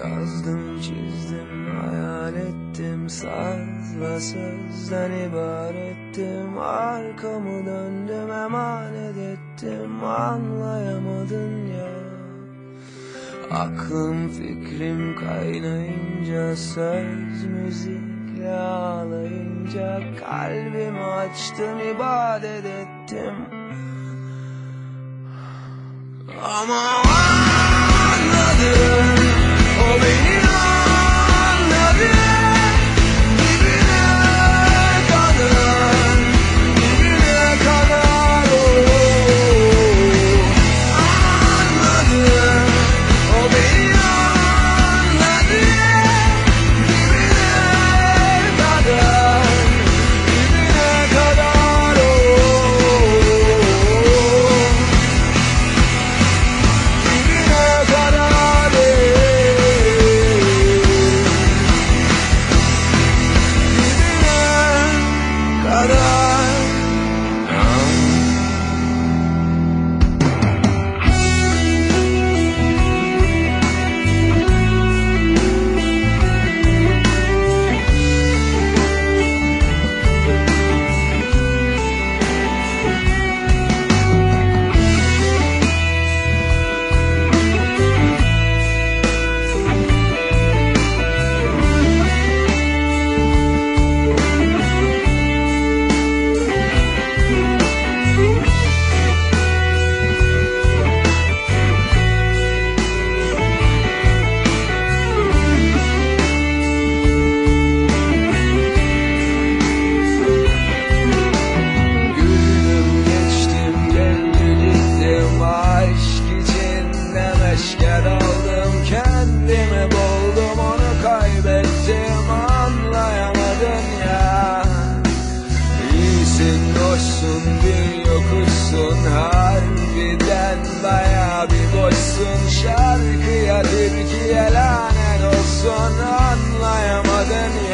Yazdım, çizdim, hayal ettim, sazla sözden ibarettim. Arkamı döndüm, emanet ettim, anlayamadın ya. Aklım fikrim kaynayınca, söz müzikle ağlayınca, kalbimi açtım, ibadet ettim. Ama anladım, o beni anladı. Dibine kadar, dibine kadar anladım, o beni anladı. Dibine kadar, dibine kadar meşgul oldum, kendimi buldum, onu kaybettim, anlayamadın ya. İyisin, hoşsun, bir yokuşsun, harbiden bayağı bir boşsun. Şarkıya, türküye lanet olsun, anlayamadın ya.